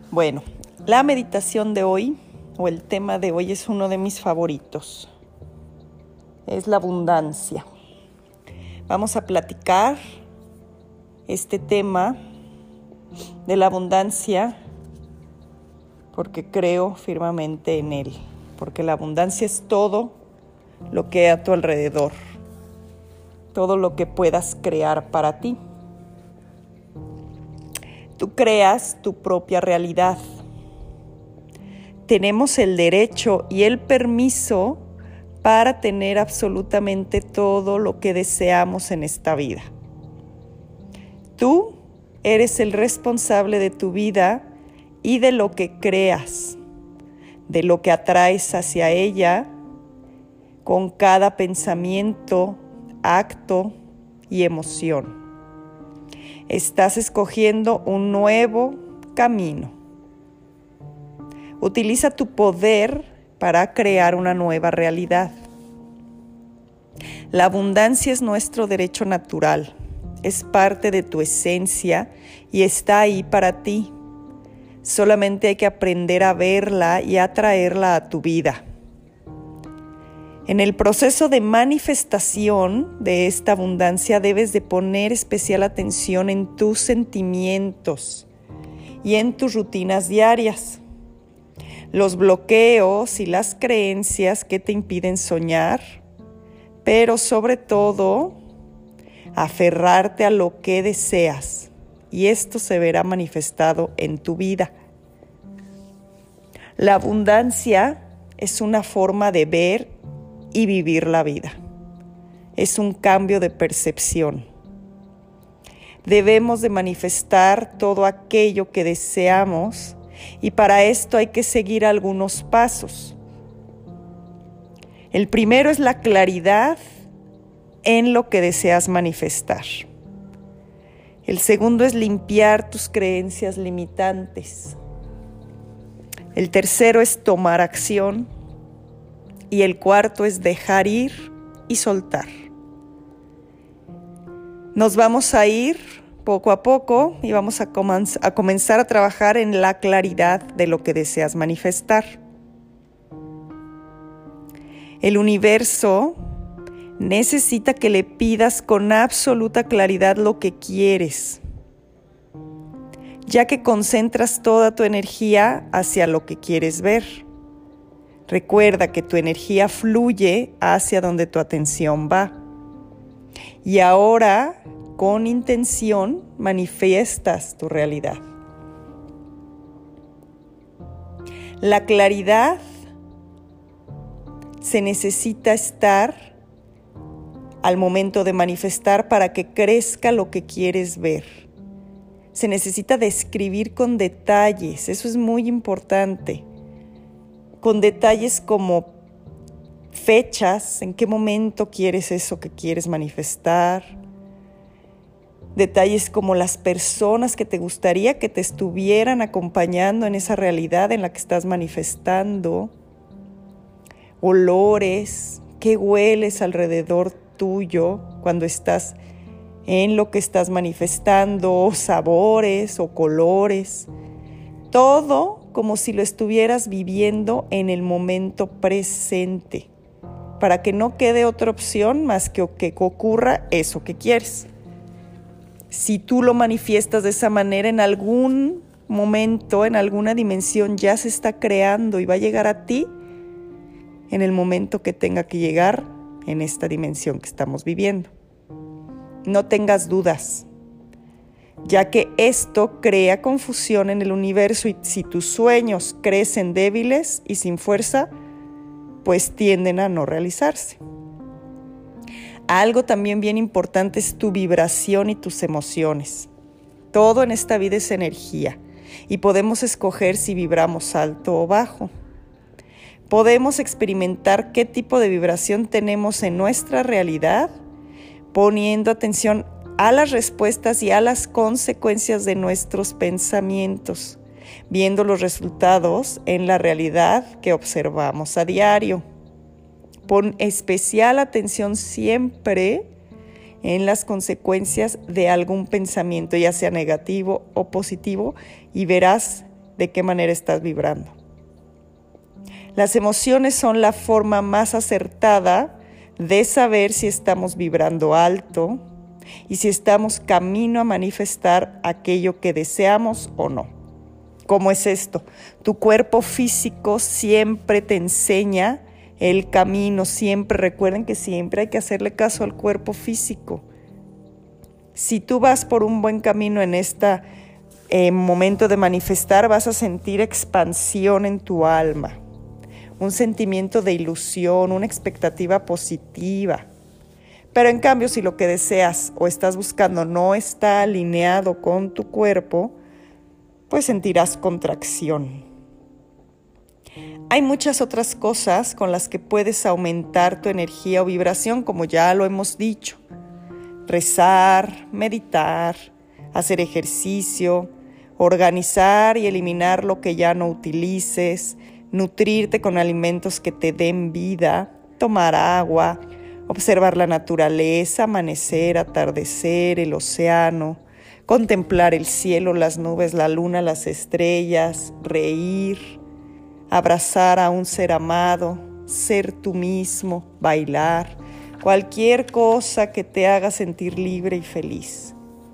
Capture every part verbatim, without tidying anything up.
Bueno, la meditación de hoy, o el tema de hoy, es uno de mis favoritos. Es la abundancia. Vamos a platicar este tema de la abundancia porque creo firmemente en él. Porque la abundancia es todo lo que hay a tu alrededor. Todo lo que puedas crear para ti. Tú creas tu propia realidad. Tenemos el derecho y el permiso para tener absolutamente todo lo que deseamos en esta vida. Tú eres el responsable de tu vida y de lo que creas, de lo que atraes hacia ella con cada pensamiento, acto y emoción. Estás escogiendo un nuevo camino. Utiliza tu poder para crear una nueva realidad. La abundancia es nuestro derecho natural, es parte de tu esencia y está ahí para ti. Solamente hay que aprender a verla y a atraerla a tu vida. En el proceso de manifestación de esta abundancia debes de poner especial atención en tus sentimientos y en tus rutinas diarias. Los bloqueos y las creencias que te impiden soñar, pero sobre todo, aferrarte a lo que deseas, y esto se verá manifestado en tu vida. La abundancia es una forma de ver y vivir la vida. Es un cambio de percepción. Debemos de manifestar todo aquello que deseamos y para esto hay que seguir algunos pasos. El primero es la claridad en lo que deseas manifestar. El segundo es limpiar tus creencias limitantes. El tercero es tomar acción. Y el cuarto es dejar ir y soltar. Nos vamos a ir poco a poco y vamos a, comen- a comenzar a trabajar en la claridad de lo que deseas manifestar. El universo necesita que le pidas con absoluta claridad lo que quieres, ya que concentras toda tu energía hacia lo que quieres ver. Recuerda que tu energía fluye hacia donde tu atención va. Y ahora, con intención, manifiestas tu realidad. La claridad se necesita estar al momento de manifestar para que crezca lo que quieres ver. Se necesita describir con detalles, eso es muy importante. Con detalles como fechas, en qué momento quieres eso que quieres manifestar. Detalles como las personas que te gustaría que te estuvieran acompañando en esa realidad en la que estás manifestando. Olores, qué hueles alrededor tuyo cuando estás en lo que estás manifestando, sabores o colores. Todo como si lo estuvieras viviendo en el momento presente, para que no quede otra opción más que que ocurra eso que quieres. Si tú lo manifiestas de esa manera, en algún momento, en alguna dimensión, ya se está creando y va a llegar a ti en el momento que tenga que llegar en esta dimensión que estamos viviendo. No tengas dudas, ya que esto crea confusión en el universo y si tus sueños crecen débiles y sin fuerza, pues tienden a no realizarse. Algo también bien importante es tu vibración y tus emociones. Todo en esta vida es energía y podemos escoger si vibramos alto o bajo. Podemos experimentar qué tipo de vibración tenemos en nuestra realidad, poniendo atención a las respuestas y a las consecuencias de nuestros pensamientos, viendo los resultados en la realidad que observamos a diario. Pon especial atención siempre en las consecuencias de algún pensamiento, ya sea negativo o positivo, y verás de qué manera estás vibrando. Las emociones son la forma más acertada de saber si estamos vibrando alto y si estamos camino a manifestar aquello que deseamos o no. ¿Cómo es esto? Tu cuerpo físico siempre te enseña el camino, siempre. Recuerden que siempre hay que hacerle caso al cuerpo físico. Si tú vas por un buen camino en este eh, momento de manifestar, vas a sentir expansión en tu alma, un sentimiento de ilusión, una expectativa positiva. Pero en cambio, si lo que deseas o estás buscando no está alineado con tu cuerpo, pues sentirás contracción. Hay muchas otras cosas con las que puedes aumentar tu energía o vibración, como ya lo hemos dicho. Rezar, meditar, hacer ejercicio, organizar y eliminar lo que ya no utilices, nutrirte con alimentos que te den vida, tomar agua, observar la naturaleza, amanecer, atardecer, el océano, contemplar el cielo, las nubes, la luna, las estrellas, reír, abrazar a un ser amado, ser tú mismo, bailar, cualquier cosa que te haga sentir libre y feliz.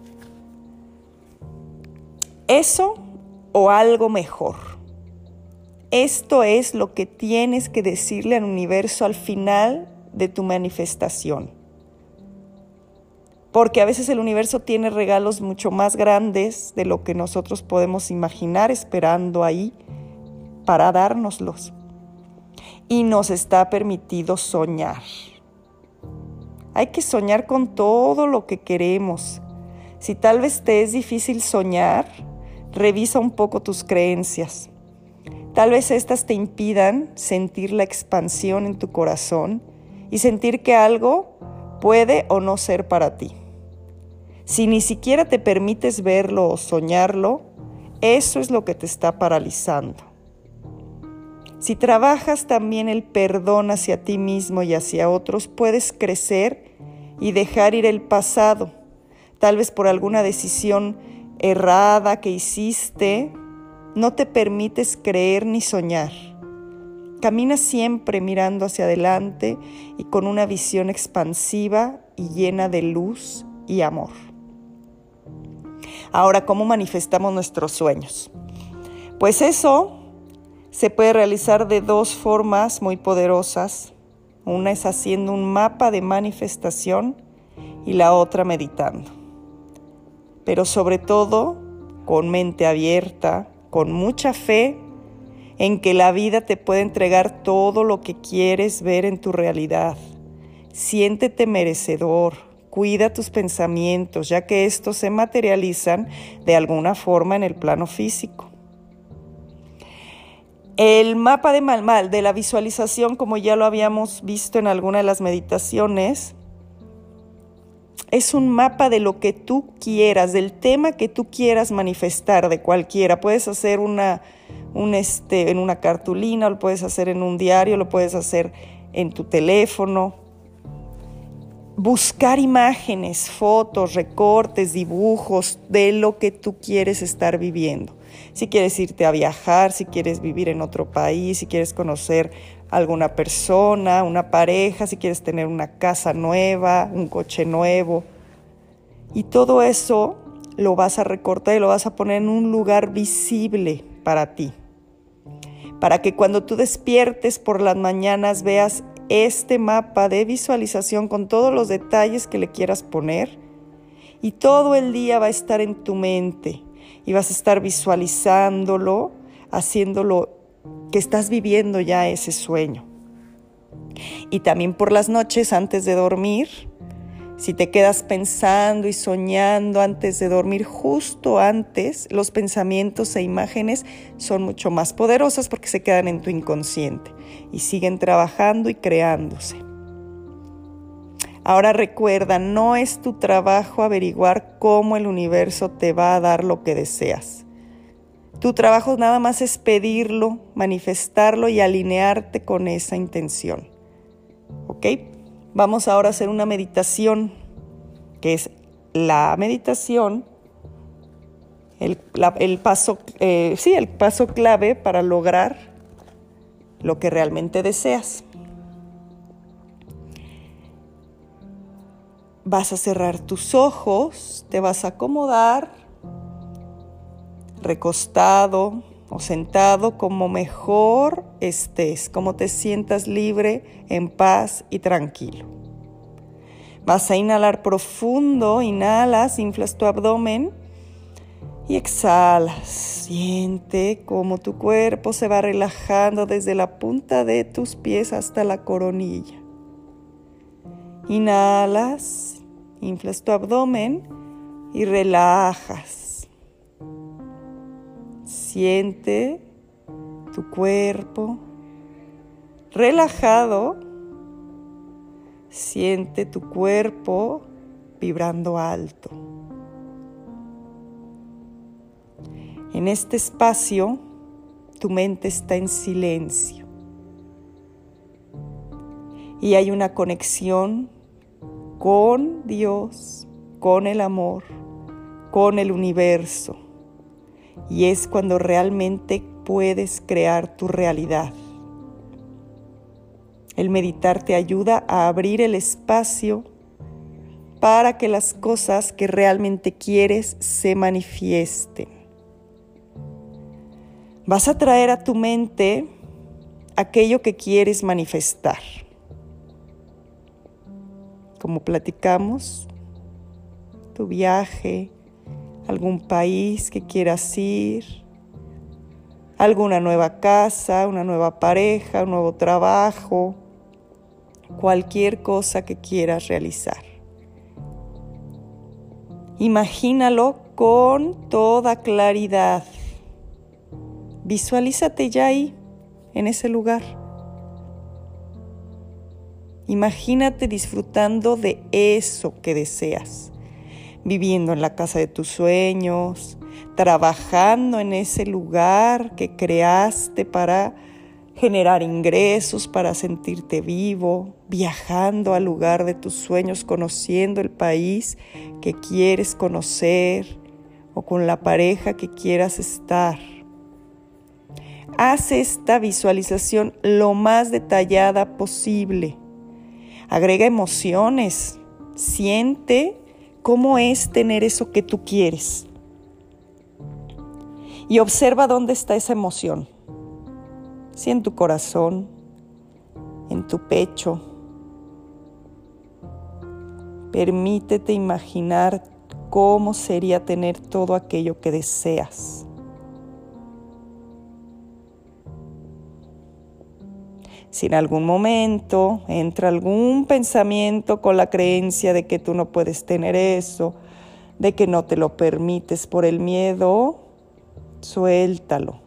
Eso o algo mejor. Esto es lo que tienes que decirle al universo al final de tu manifestación. Porque a veces el universo tiene regalos mucho más grandes de lo que nosotros podemos imaginar esperando ahí para dárnoslos. Y nos está permitido soñar. Hay que soñar con todo lo que queremos. Si tal vez te es difícil soñar, revisa un poco tus creencias. Tal vez estas te impidan sentir la expansión en tu corazón y sentir que algo puede o no ser para ti. Si ni siquiera te permites verlo o soñarlo, eso es lo que te está paralizando. Si trabajas también el perdón hacia ti mismo y hacia otros, puedes crecer y dejar ir el pasado, tal vez por alguna decisión errada que hiciste. No te permites creer ni soñar. Camina siempre mirando hacia adelante y con una visión expansiva y llena de luz y amor. Ahora, ¿cómo manifestamos nuestros sueños? Pues eso se puede realizar de dos formas muy poderosas. Una es haciendo un mapa de manifestación y la otra meditando. Pero sobre todo, con mente abierta, con mucha fe en que la vida te puede entregar todo lo que quieres ver en tu realidad. Siéntete merecedor, cuida tus pensamientos, ya que estos se materializan de alguna forma en el plano físico. El mapa de Malmal, de la visualización, como ya lo habíamos visto en alguna de las meditaciones, es un mapa de lo que tú quieras, del tema que tú quieras manifestar, de cualquiera. Puedes hacer una, un este, en una cartulina, lo puedes hacer en un diario, lo puedes hacer en tu teléfono. Buscar imágenes, fotos, recortes, dibujos de lo que tú quieres estar viviendo. Si quieres irte a viajar, si quieres vivir en otro país, si quieres conocer a alguna persona, una pareja, si quieres tener una casa nueva, un coche nuevo. Y todo eso lo vas a recortar y lo vas a poner en un lugar visible para ti. Para que cuando tú despiertes por las mañanas veas este mapa de visualización con todos los detalles que le quieras poner, y todo el día va a estar en tu mente y vas a estar visualizándolo, haciéndolo, que estás viviendo ya ese sueño. Y también por las noches antes de dormir, si te quedas pensando y soñando antes de dormir, justo antes, los pensamientos e imágenes son mucho más poderosas porque se quedan en tu inconsciente y siguen trabajando y creándose. Ahora recuerda, no es tu trabajo averiguar cómo el universo te va a dar lo que deseas. Tu trabajo nada más es pedirlo, manifestarlo y alinearte con esa intención. ¿Ok? Vamos ahora a hacer una meditación, que es la meditación el, la, el paso, eh, sí, el paso clave para lograr lo que realmente deseas. Vas a cerrar tus ojos, te vas a acomodar, recostado o sentado, como mejor estés, como te sientas libre, en paz y tranquilo. Vas a inhalar profundo, inhalas, inflas tu abdomen y exhalas. Siente cómo tu cuerpo se va relajando desde la punta de tus pies hasta la coronilla. Inhalas, inflas tu abdomen y relajas. Siente tu cuerpo relajado. Siente tu cuerpo vibrando alto. En este espacio, tu mente está en silencio y hay una conexión con Dios, con el amor, con el universo. Y es cuando realmente puedes crear tu realidad. El meditar te ayuda a abrir el espacio para que las cosas que realmente quieres se manifiesten. Vas a traer a tu mente aquello que quieres manifestar. Como platicamos, tu viaje, algún país que quieras ir, alguna nueva casa, una nueva pareja, un nuevo trabajo, cualquier cosa que quieras realizar. Imagínalo con toda claridad. Visualízate ya ahí, en ese lugar. Imagínate disfrutando de eso que deseas, viviendo en la casa de tus sueños, trabajando en ese lugar que creaste para generar ingresos, para sentirte vivo, viajando al lugar de tus sueños, conociendo el país que quieres conocer o con la pareja que quieras estar. Haz esta visualización lo más detallada posible. Agrega emociones. Siente cómo es tener eso que tú quieres. Y observa dónde está esa emoción. Si en tu corazón, en tu pecho. Permítete imaginar cómo sería tener todo aquello que deseas. Si en algún momento entra algún pensamiento con la creencia de que tú no puedes tener eso, de que no te lo permites por el miedo, suéltalo.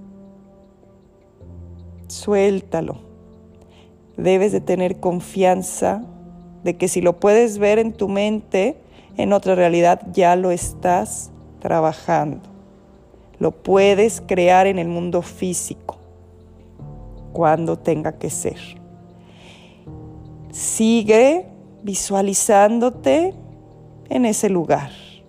Suéltalo. Debes de tener confianza de que si lo puedes ver en tu mente, en otra realidad ya lo estás trabajando. Lo puedes crear en el mundo físico. Cuando tenga que ser. Sigue visualizándote en ese lugar.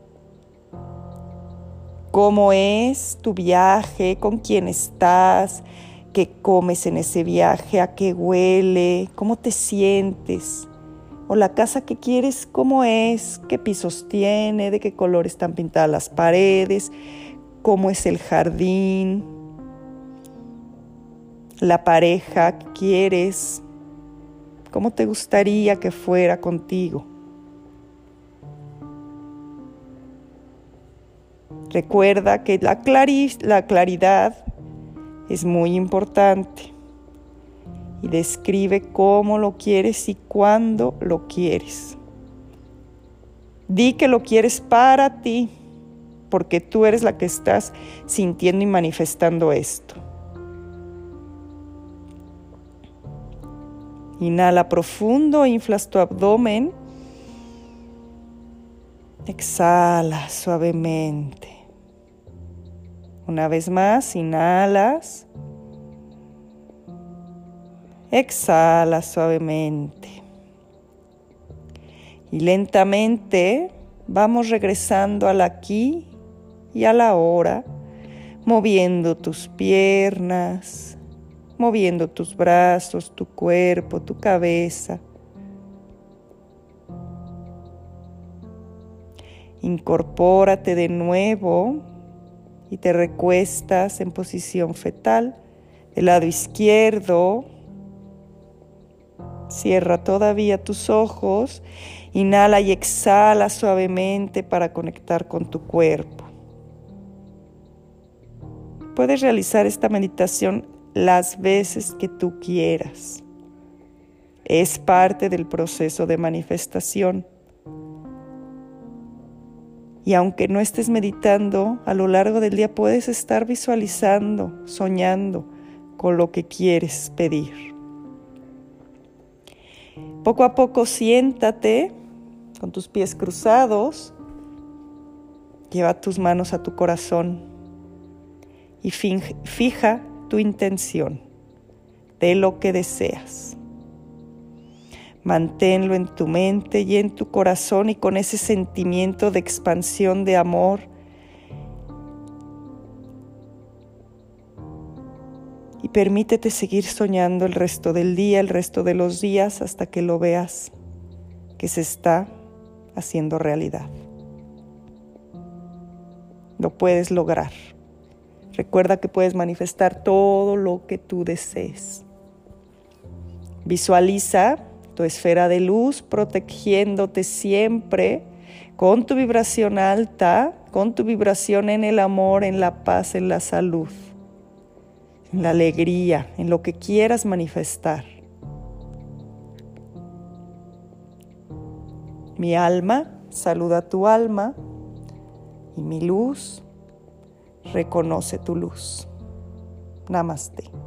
¿Cómo es tu viaje? ¿Con quién estás? ¿Qué comes en ese viaje? ¿A qué huele? ¿Cómo te sientes? ¿O la casa que quieres, cómo es? ¿Qué pisos tiene? ¿De qué color están pintadas las paredes? ¿Cómo es el jardín? La pareja que quieres, ¿cómo te gustaría que fuera contigo? Recuerda que la, clari- la claridad es muy importante y describe cómo lo quieres y cuándo lo quieres. Di que lo quieres para ti, porque tú eres la que estás sintiendo y manifestando esto. Inhala profundo, inflas tu abdomen. Exhala suavemente. Una vez más, inhalas. Exhala suavemente. Y lentamente vamos regresando al aquí, y a la hora, moviendo tus piernas, moviendo tus brazos, tu cuerpo, tu cabeza. Incorpórate de nuevo y te recuestas en posición fetal, del lado izquierdo. Cierra todavía tus ojos, inhala y exhala suavemente para conectar con tu cuerpo. Puedes realizar esta meditación las veces que tú quieras. Es parte del proceso de manifestación. Y aunque no estés meditando, a lo largo del día puedes estar visualizando, soñando con lo que quieres pedir. Poco a poco siéntate con tus pies cruzados, lleva tus manos a tu corazón y fija tu intención de lo que deseas. Manténlo en tu mente y en tu corazón y con ese sentimiento de expansión de amor. Y permítete seguir soñando el resto del día, el resto de los días, hasta que lo veas que se está haciendo realidad. Lo puedes lograr. Recuerda que puedes manifestar todo lo que tú desees. Visualiza tu esfera de luz protegiéndote siempre con tu vibración alta, con tu vibración en el amor, en la paz, en la salud, en la alegría, en lo que quieras manifestar. Mi alma saluda a tu alma y mi luz reconoce tu luz. Namaste.